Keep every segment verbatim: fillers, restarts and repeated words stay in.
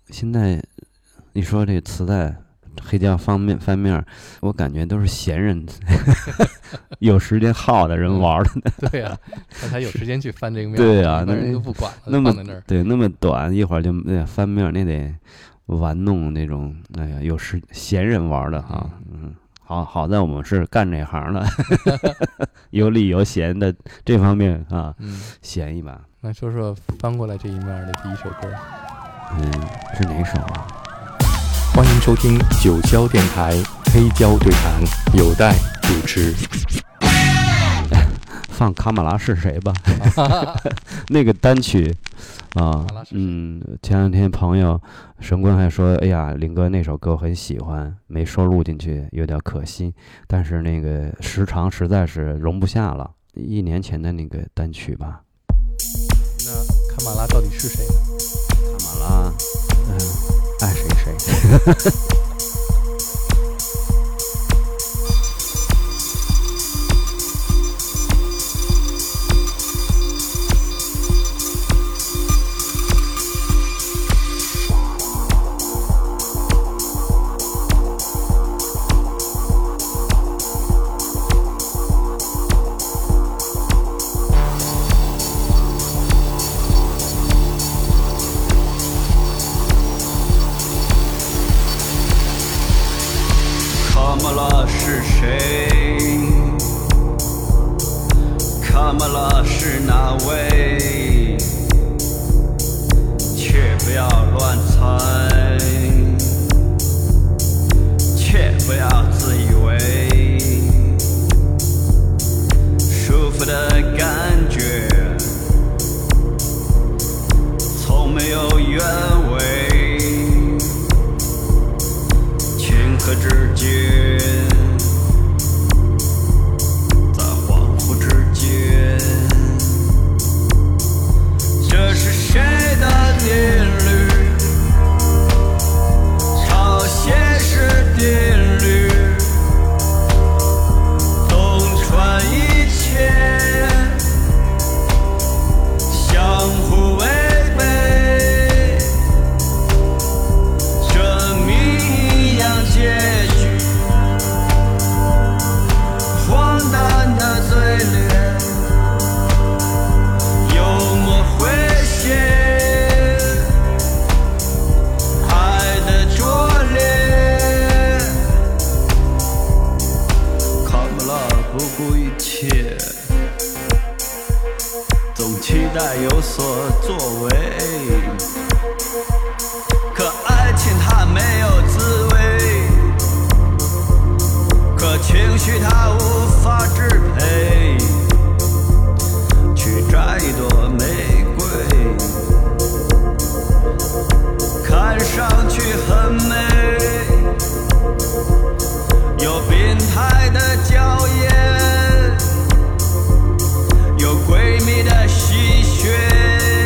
现在你说这个磁带黑胶翻面翻面，我感觉都是闲人有时间耗的人玩的、 嗯、对呀、啊，他才有时间去翻这个面。 对啊， 那人都不管了， 那么放在那儿。 对，那么短一会儿就那翻面，那得玩弄那种，哎呀，有时闲人玩的哈。嗯，好好在我们是干这行的，有理有闲的这方面啊，嗯，闲一把。 那说说翻过来这一面的第一首歌， 嗯，是哪首啊？ 欢迎收听九霄电台黑胶对谈，有待主持。 放卡马拉是谁吧？那个单曲啊，嗯，前两天朋友神棍还说，哎呀，林哥那首歌我很喜欢，没收录进去，有点可惜。但是那个时长实在是容不下了，一年前的那个单曲吧。 那卡马拉到底是谁呢？ 卡马拉，嗯、呃，爱谁谁。 有闺蜜的戏谑。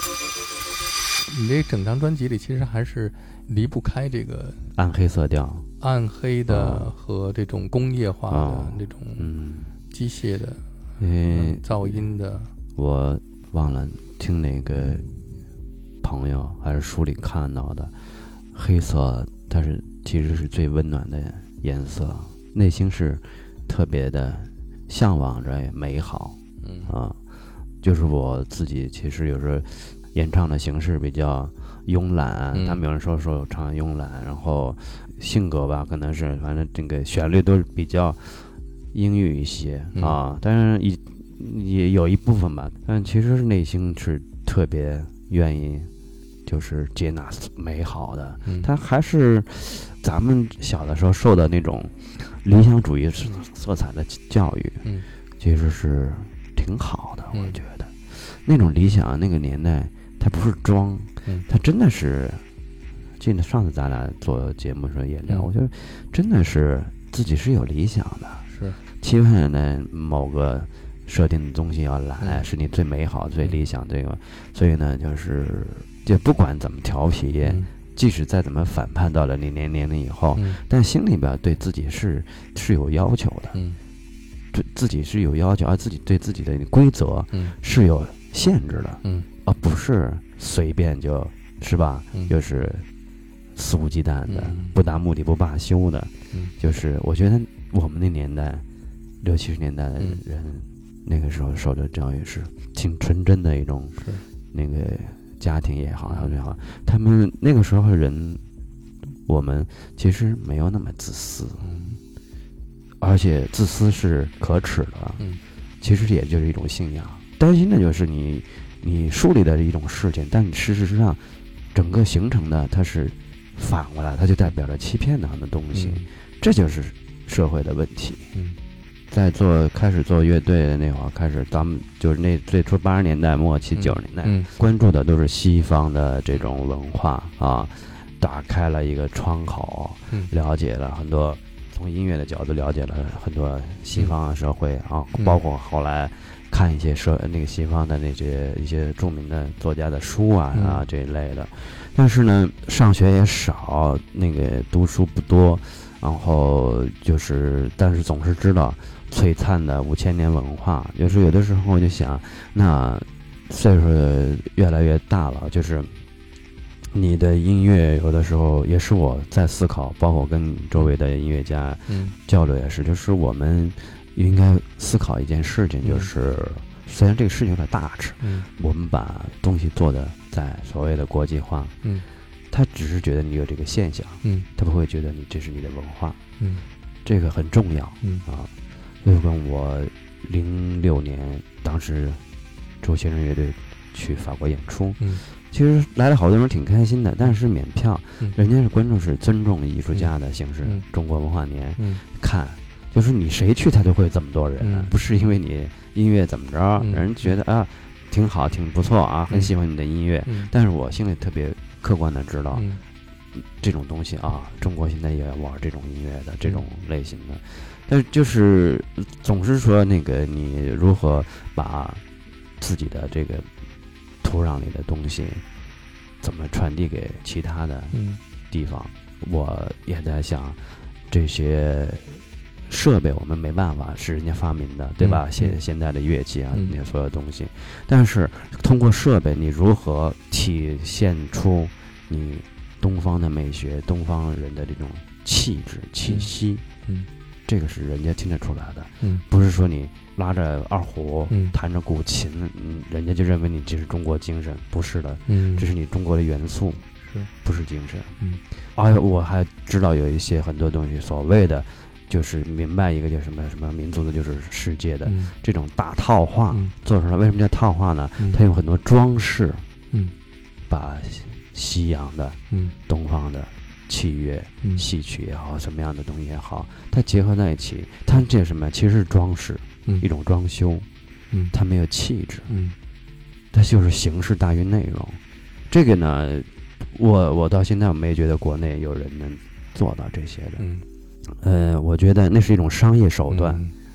你这整张专辑里其实还是离不开这个暗黑色调、 暗黑的和这种工业化的、 哦、 这种嗯机械的、 因为噪音的。 我忘了听哪个朋友还是书里看到的，黑色它是其实是最温暖的颜色，内心是特别的向往着美好。 嗯啊，就是我自己其实有时候演唱的形式比较慵懒， 嗯、 他们有人说说我唱慵懒，然后性格吧可能是反正这个旋律都是比较阴郁一些、 嗯、 啊，但是也也有一部分吧，但其实内心是特别愿意就是接纳美好的。 嗯， 他还是咱们小的时候受的那种理想主义色彩的教育， 嗯， 其实是挺好的， 嗯、 我觉得那种理想那个年代它不是装， 嗯， 它真的是记得上次咱俩做节目的时候也聊、 嗯、 我觉得真的是自己是有理想的， 是期盼的某个设定的东西要来、 嗯、 是你最美好最理想这个，所以呢就是就不管怎么调皮、 嗯、 即使再怎么反叛到了你年年龄以后、 嗯、 但心里边对自己是是有要求的， 嗯， 对自己是有要求，而自己对自己的规则是有限制的， 嗯， 而不是随便就是吧、 嗯、 就是肆无忌惮的、 嗯、 不达目的不罢休的、 嗯、 就是我觉得我们那年代六七十年代的人、嗯、那个时候受的教育是挺纯真的一种， 是那个家庭也好也好，他们那个时候人我们其实没有那么自私， 嗯， 而且自私是可耻的， 嗯， 其实也就是一种信仰。担心的就是你你树立的一种事情，但你事实上整个形成的它是反过来，它就代表着欺骗的很多东西、 嗯、 这就是社会的问题。 嗯， 在做开始做乐队的那会儿开始，咱们就是那最初八十年代末期九十年代、 嗯嗯、 关注的都是西方的这种文化啊，打开了一个窗口、 嗯、 了解了很多，从音乐的角度了解了很多西方的社会、 嗯、 啊，包括后来看一些社那个西方的那些一些著名的作家的书啊、嗯、啊这一类的。但是呢上学也少，那个读书不多，然后就是但是总是知道璀璨的五千年文化。就是有的时候我就想，那岁数越来越大了，就是你的音乐有的时候也是我在思考，包括跟周围的音乐家交流也是、嗯、就是我们应该思考一件事情，就是、嗯、虽然这个事情有点大致、 嗯、 我们把东西做的在所谓的国际化， 嗯， 他只是觉得你有这个现象， 嗯， 他不会觉得你这是你的文化， 嗯， 这个很重要， 嗯啊，就跟我零六年当时周先生乐队去法国演出， 嗯， 其实来了好多人挺开心的，但是免票， 嗯、 人家是观众是尊重艺术家的形式， 嗯、 中国文化年、 嗯、 看，就是你谁去他就会这么多人、 嗯、 不是因为你音乐怎么着、 嗯、 人觉得啊挺好挺不错啊、嗯、很喜欢你的音乐、 嗯、 但是我心里特别客观的知道、 嗯、 这种东西啊，中国现在也玩这种音乐的这种类型的、嗯、但是就是总是说那个你如何把自己的这个土壤里的东西怎么传递给其他的地方、嗯、我也在想这些设备我们没办法是人家发明的，对吧？ 嗯、 现现在的乐器啊， 嗯、 那些所有东西，但是通过设备，你如何体现出你东方的美学、东方人的这种气质、气息？ 嗯， 这个是人家听得出来的。 嗯， 不是说你拉着二胡， 嗯， 弹着古琴，嗯，人家就认为你这是中国精神，不是的。 嗯， 这是你中国的元素， 是不是精神？ 嗯， 而且我还知道有一些很多东西，所谓的。就是明白一个叫什么什么民族的，就是世界的、 嗯、 这种大套画、 嗯、 做出来。为什么叫套画呢？ 嗯、 它用很多装饰， 嗯， 把西洋的、 嗯、 东方的器乐、 嗯、 戏曲也好，什么样的东西也好，它结合在一起，它这什么其实是装饰， 嗯、 一种装修， 嗯， 它没有气质， 嗯， 它就是形式大于内容。这个呢，我我到现在我没觉得国内有人能做到这些的， 嗯。 呃，我觉得那是一种商业手段， 嗯、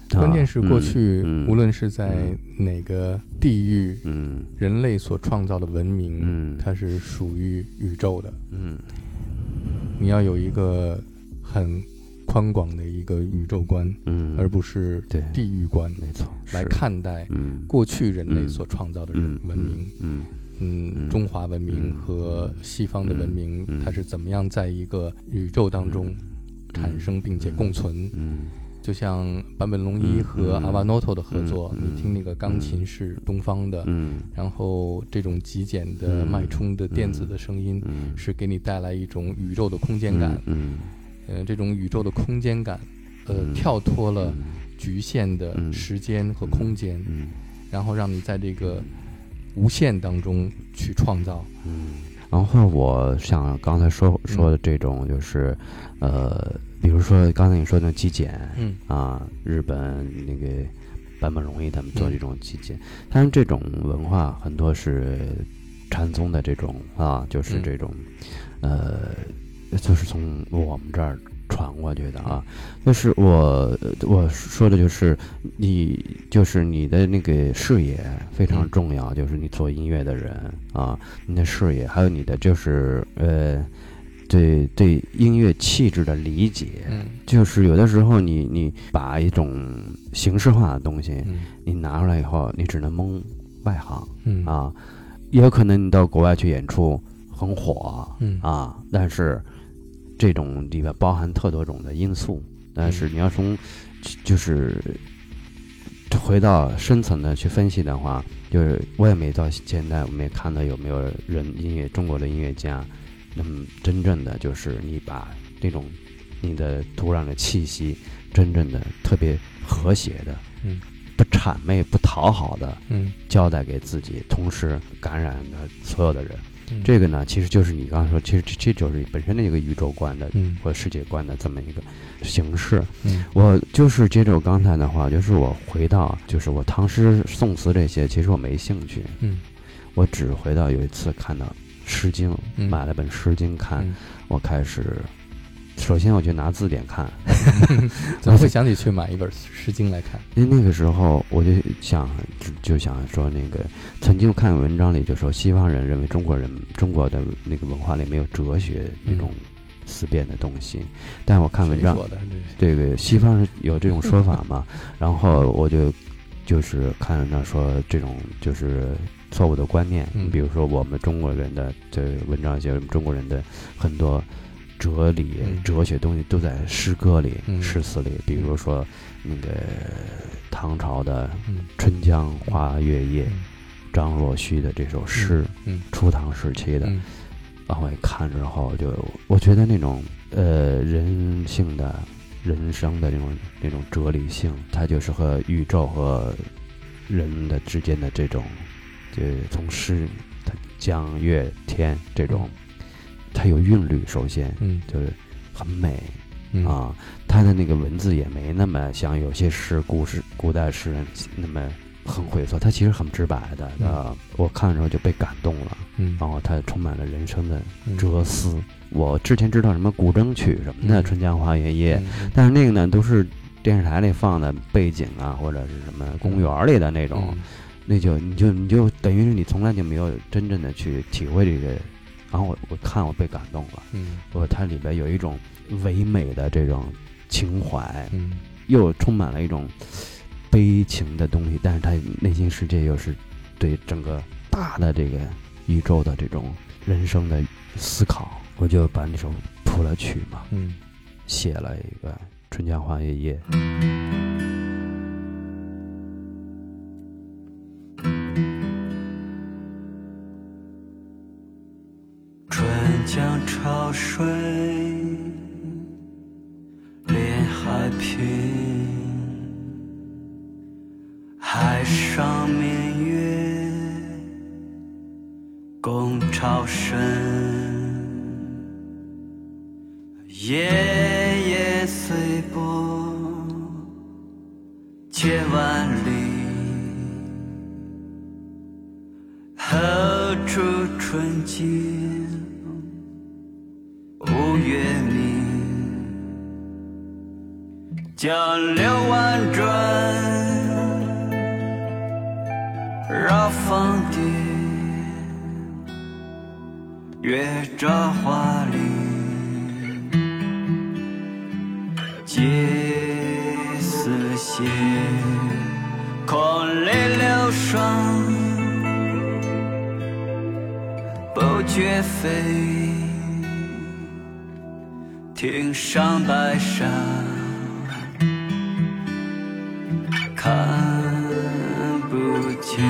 关键是过去、 嗯、 无论是在哪个地域， 嗯， 人类所创造的文明， 嗯， 它是属于宇宙的， 嗯， 你要有一个很宽广的一个宇宙观， 嗯， 而不是地域观， 没错， 来看待过去人类所创造的人文明， 嗯嗯，嗯中华文明和西方的文明， 嗯、 它是怎么样在一个宇宙当中产生并且共存， 嗯。 就像坂本龙一和阿瓦诺托的合作， 嗯、 你听那个钢琴是东方的， 嗯， 然后这种极简的脉冲的电子的声音， 嗯， 是给你带来一种宇宙的空间感， 嗯， 呃，这种宇宙的空间感，呃， 嗯、 跳脱了局限的时间和空间， 嗯， 然后让你在这个无限当中去创造， 嗯。然后我像刚才说说的这种，就是，嗯、呃，比如说刚才你说的极简， 嗯啊，日本那个坂本龙一他们做这种极简，但是这种文化很多是禅宗的这种啊，就是这种，嗯、呃，就是从我们这儿传过去的啊，就是我我说的就是你就是你的那个视野非常重要，嗯、就是你做音乐的人啊，你的视野还有你的就是呃对对音乐气质的理解， 嗯、 就是有的时候你你把一种形式化的东西， 嗯、 你拿出来以后，你只能蒙外行， 嗯、 啊，也有可能你到国外去演出很火， 嗯、 啊，但是。这种里边包含特多种的因素，但是你要从就是回到深层的去分析的话，就是我也没到现在我没看到有没有人音乐中国的音乐家，那么真正的就是你把那种你的土壤的气息，真正的特别和谐的， 嗯， 不谄媚不讨好的， 嗯， 交代给自己，同时感染了所有的人。 嗯、 这个呢，其实就是你刚刚说，其实这这就是本身的一个宇宙观的， 嗯， 或世界观的这么一个形式。 嗯， 我就是接着我刚才的话，就是我回到，就是我唐诗宋词这些，其实我没兴趣。 嗯， 我只回到有一次看到《诗经》， 嗯、 买了本《诗经》看， 嗯、 我开始，首先我就拿字典看， 怎么会想起去买一本《诗经》来看？ 因为那个时候我就想就就想说，那个曾经看文章里就说，西方人认为中国人中国的那个文化里没有哲学那种思辨的东西，嗯、但我看文章，这个西方人有这种说法嘛，然后我就就是看那说这种就是错误的观念， 嗯、 比如说我们中国人的这文章写中国人的很多。哲理、哲学东西都在诗歌里、 嗯、 诗词里，比如说那个唐朝的《春江花月夜》，嗯、张若虚的这首诗， 嗯、 初唐时期的， 嗯、 然后一看之后就，我觉得那种呃人性的、人生的那种那种哲理性，它就是和宇宙和人的之间的这种，就从诗、江、月、天这种。它有韵律，首先， 嗯， 就是很美， 嗯、 啊，它的那个文字也没那么像有些诗，古诗古代诗人那么很晦涩，它其实很直白的， 嗯、 啊，我看的时候就被感动了， 嗯， 然后它充满了人生的哲思。嗯、我之前知道什么古筝曲什么的， 嗯、 春江花月夜， 嗯、 但是那个呢都是电视台里放的背景啊，或者是什么公园里的那种， 嗯、 那就你就你就等于是你从来就没有真正的去体会这个。然后我我看我被感动了， 嗯， 我它里边有一种唯美的这种情怀， 嗯， 又充满了一种悲情的东西，但是它内心世界又是对整个大的这个宇宙的这种人生的思考，我就把那首谱了曲嘛， 嗯， 写了一个《春江花月夜》。 江潮水连海平，海上明月共潮生，夜夜随波千万里，何处春景无月明， 江流婉转，绕芳甸，月照花林，皆似线，空里流霜，不觉飞，汀上白沙，看不见。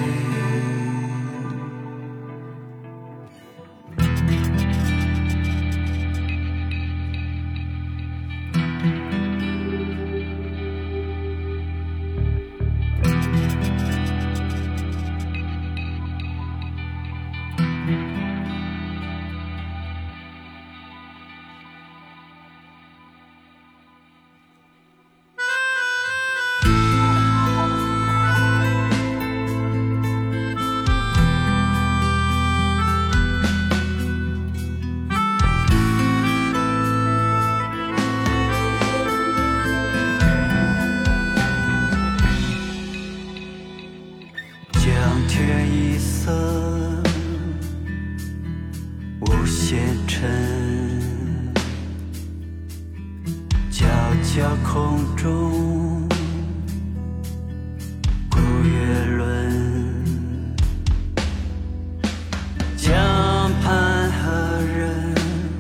天一色无限沉，皎皎空中古月轮，江畔何人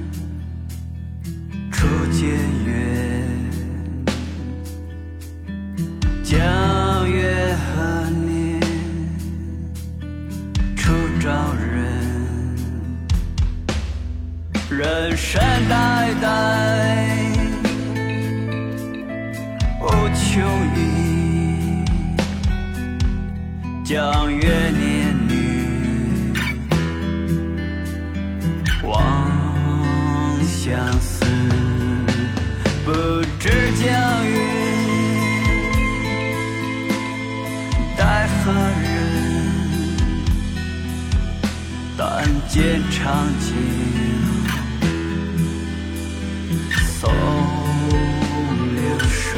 初见月，江月何年初照人，人生代代无穷意，江月年女望相思，不知江月待何人，但见长街送流水。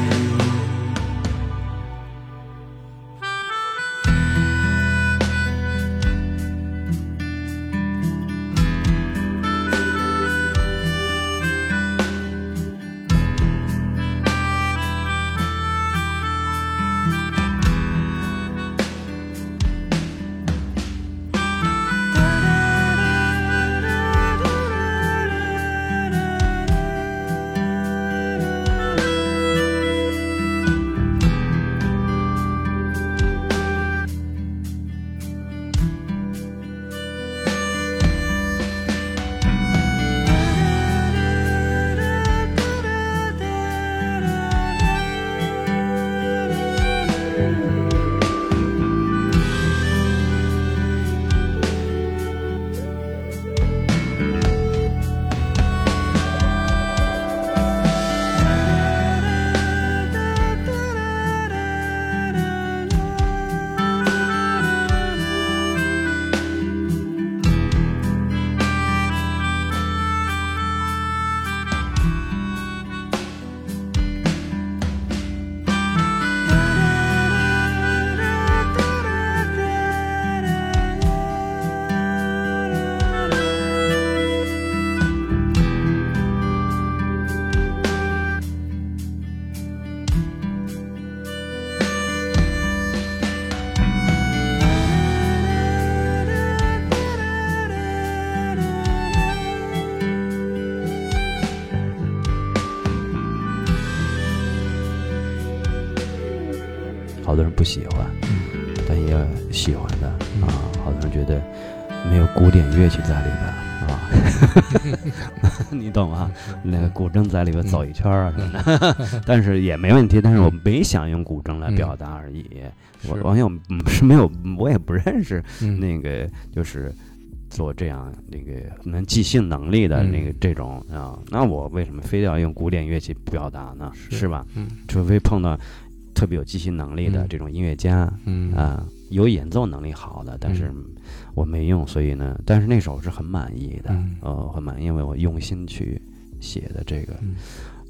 好多人不喜欢，但也有喜欢的啊。好多人觉得没有古典乐器在里边啊，你懂吗？那个古筝在里边走一圈啊什么的，但是也没问题。但是我没想用古筝来表达而已。我网友是没有，我也不认识那个就是做这样那个能即兴能力的那个这种啊。那我为什么非要用古典乐器表达呢？是吧？除非碰到特别有即兴能力的这种音乐家，嗯啊，有演奏能力好的，但是我没用，所以呢，但是那首是很满意的，嗯、呃，很满意，因为我用心去写的这个，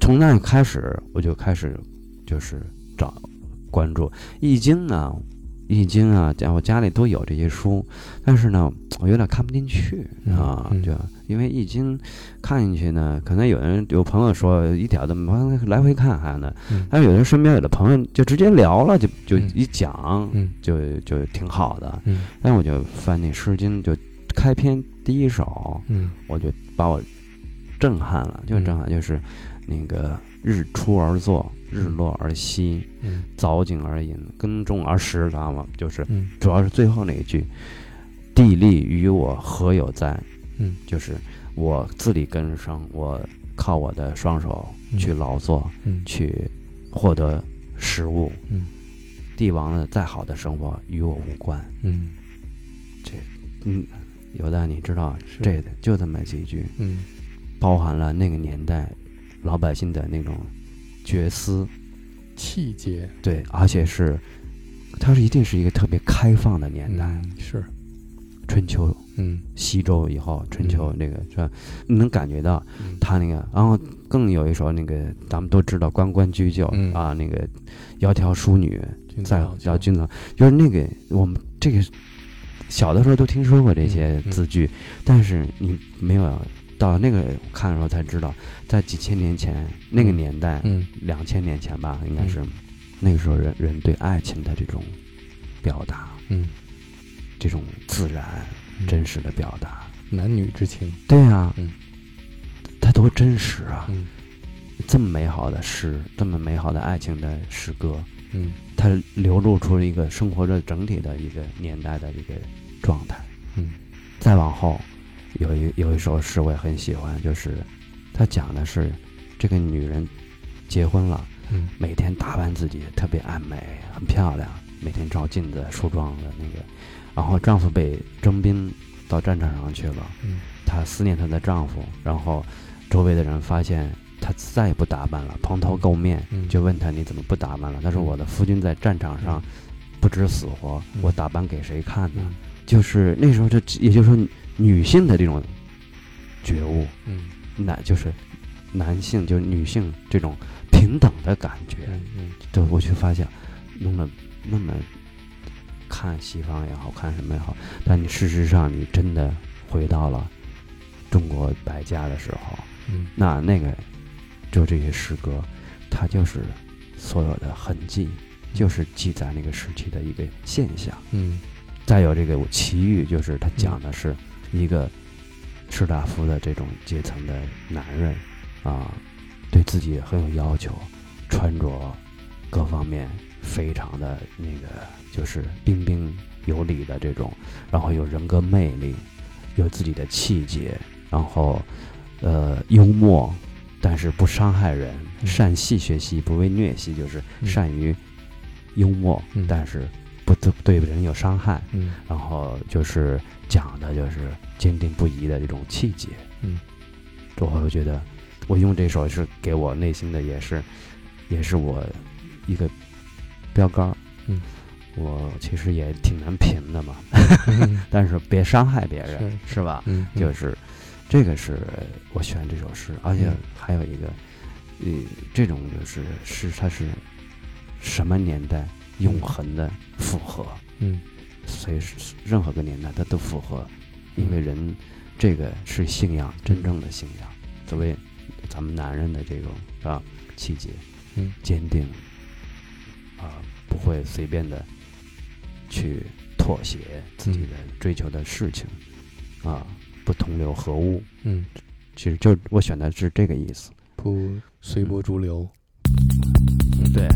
从那开始我就开始就是找关注易经呢，易经啊，我家里都有这些书，但是呢，我有点看不进去啊， 嗯、 就因为易经看进去呢，可能有人有朋友说一点都来回看还呢， 嗯、 但是有人身边有的朋友就直接聊了，就就一讲， 嗯、 就就挺好的。 嗯， 但我就翻那《诗经》，就开篇第一首， 嗯， 我就把我震撼了，就震撼，就是那个日出而作，日落而息， 嗯， 早景而饮，耕种而食，知道吗？就是， 嗯， 主要是最后那一句，地利与我何有哉？ 嗯， 就是我自力更生，我靠我的双手去劳作， 嗯， 去获得食物， 嗯， 帝王的再好的生活与我无关， 嗯， 这，嗯，有的你知道，这就这么几句， 嗯， 包含了那个年代老百姓的那种绝思、 气节， 对，而且是，它是一定是一个特别开放的年代， 嗯、是。 春秋， 嗯， 西周以后，春秋那个是吧？你能感觉到他那个， 嗯、 然后更有一首那个，咱们都知道“关关雎鸠” 嗯、 啊，那个“窈窕淑女，在叫君子”，就是那个我们这个小的时候都听说过这些字句， 嗯、 但是你没有到那个看的时候才知道，在几千年前那个年代， 嗯， 两千年前吧，应该是、嗯、那个时候人人对爱情的这种表达， 嗯。 这种自然、 嗯、 真实的表达， 男女之情， 对啊， 嗯， 它多真实啊！ 嗯， 这么美好的诗，这么美好的爱情的诗歌， 嗯， 它流露出一个生活着整体的一个年代的一个状态。 嗯， 再往后，有一有一首诗我也很喜欢，就是它讲的是这个女人结婚了， 嗯， 每天打扮自己特别爱美，很漂亮。每天照镜子梳妆的那个，然后丈夫被征兵到战场上去了， 嗯， 她思念她的丈夫，然后周围的人发现她再也不打扮了，蓬头垢面， 嗯、 就问她你怎么不打扮了？她说我的夫君在战场上不知死活， 嗯、 我打扮给谁看呢？ 嗯、 就是那时候就也就是说女性的这种觉悟， 嗯， 男就是男性就是女性这种平等的感觉， 嗯嗯， 对，我就发现弄了。那么看西方也好看什么也好，但你事实上你真的回到了中国百家的时候， 嗯， 那那个就这些诗歌，它就是所有的痕迹，就是记载那个时期的一个现象。 嗯， 再有这个奇遇，就是他讲的是一个士大夫的这种阶层的男人啊，对自己很有要求，穿着各方面。非常的那个就是彬彬有礼的这种，然后有人格魅力，有自己的气节，然后呃幽默，但是不伤害人， 嗯、 善戏学习，不为虐戏，就是善于幽默， 嗯、 但是不对人有伤害， 嗯、 然后就是讲的就是坚定不移的这种气节， 嗯， 我会觉得我用这首是给我内心的也是也是我一个标杆， 嗯， 我其实也挺难评的嘛，嗯、但是别伤害别人，是, 是吧？ 嗯， 就是这个是我选这首诗，而且还有一个，呃，这种就是诗，它是什么年代永恒的符合， 嗯， 随任何个年代它都符合，因为人这个是信仰，真正的信仰，作为咱们男人的这种是吧，气节， 嗯， 坚定。啊、呃，不会随便的去妥协自己的追求的事情，嗯、啊，不同流合污。 嗯， 其实就我选的是这个意思， 不随波逐流。 嗯、对。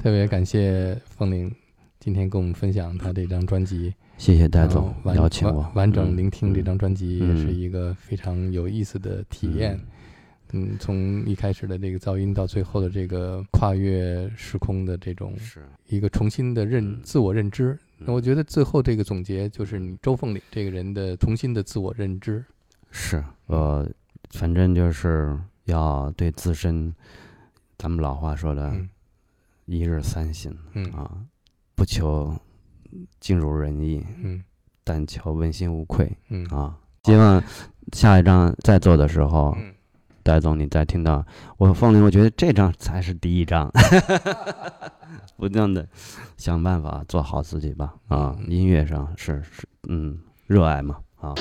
特别感谢风铃今天跟我们分享他这张专辑。 谢谢戴总邀请我， 完, 完整聆听这张专辑也是一个非常有意思的体验。嗯, 嗯，从一开始的这个噪音到最后的这个跨越时空的这种一个重新的认、嗯、自我认知。那我觉得最后这个总结就是你周凤岭这个人的重新的自我认知。 是，呃，反正就是要对自身，咱们老话说的，嗯、一日三省、嗯、啊，不求尽如人意，嗯，但求问心无愧，嗯啊，希望下一章再做的时候，嗯，戴总你再听到我凤铃，我觉得这章才是第一章，不断的想办法做好自己吧，啊，嗯、音乐上是是嗯热爱嘛，啊。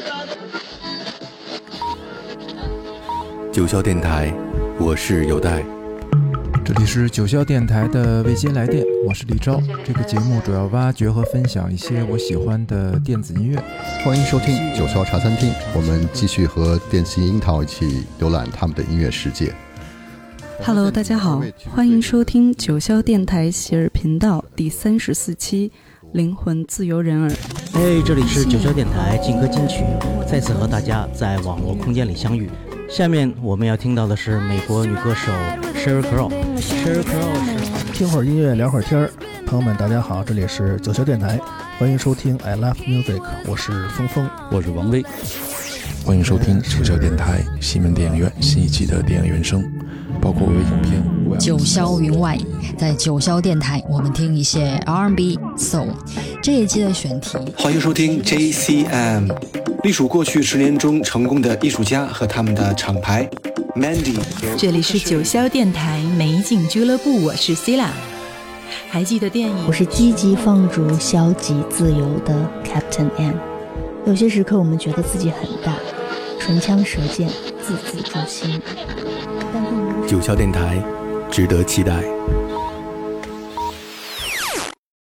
九霄电台，我是有代。 这里是九霄电台的未接来电，我是李昭。这个节目主要挖掘和分享一些我喜欢的电子音乐。 欢迎收听九霄茶餐厅，我们继续和电信樱桃一起浏览他们的音乐世界。 Hello， 大家好，欢迎收听九霄电台喜儿频道第三十四期灵魂自由人儿。 哎，这里是九霄电台劲歌金曲，再次和大家在网络空间里相遇。下面我们要听到的是美国女歌手 Sheryl Crow。Sheryl Crow 是听会儿音乐聊会儿天儿，朋友们大家好，这里是九霄电台，欢迎收听 I Love Music， 我是峰峰， 我是王威。 欢迎收听九霄电台西门电影院新一期的电影原声，包括微影片。 九霄云外，在九霄电台我们听一些 R and B、Soul。 这一期的选题， 欢迎收听 J C M， 隶属过去十年中成功的艺术家和他们的厂牌 Mandy。 这里是九霄电台美景俱乐部，我是 Sila。 还记得电影？ 我是积极放逐消极自由的 Captain M。 有些时刻我们觉得自己很大，唇枪舌剑，字字诛心。 九霄电台值得期待。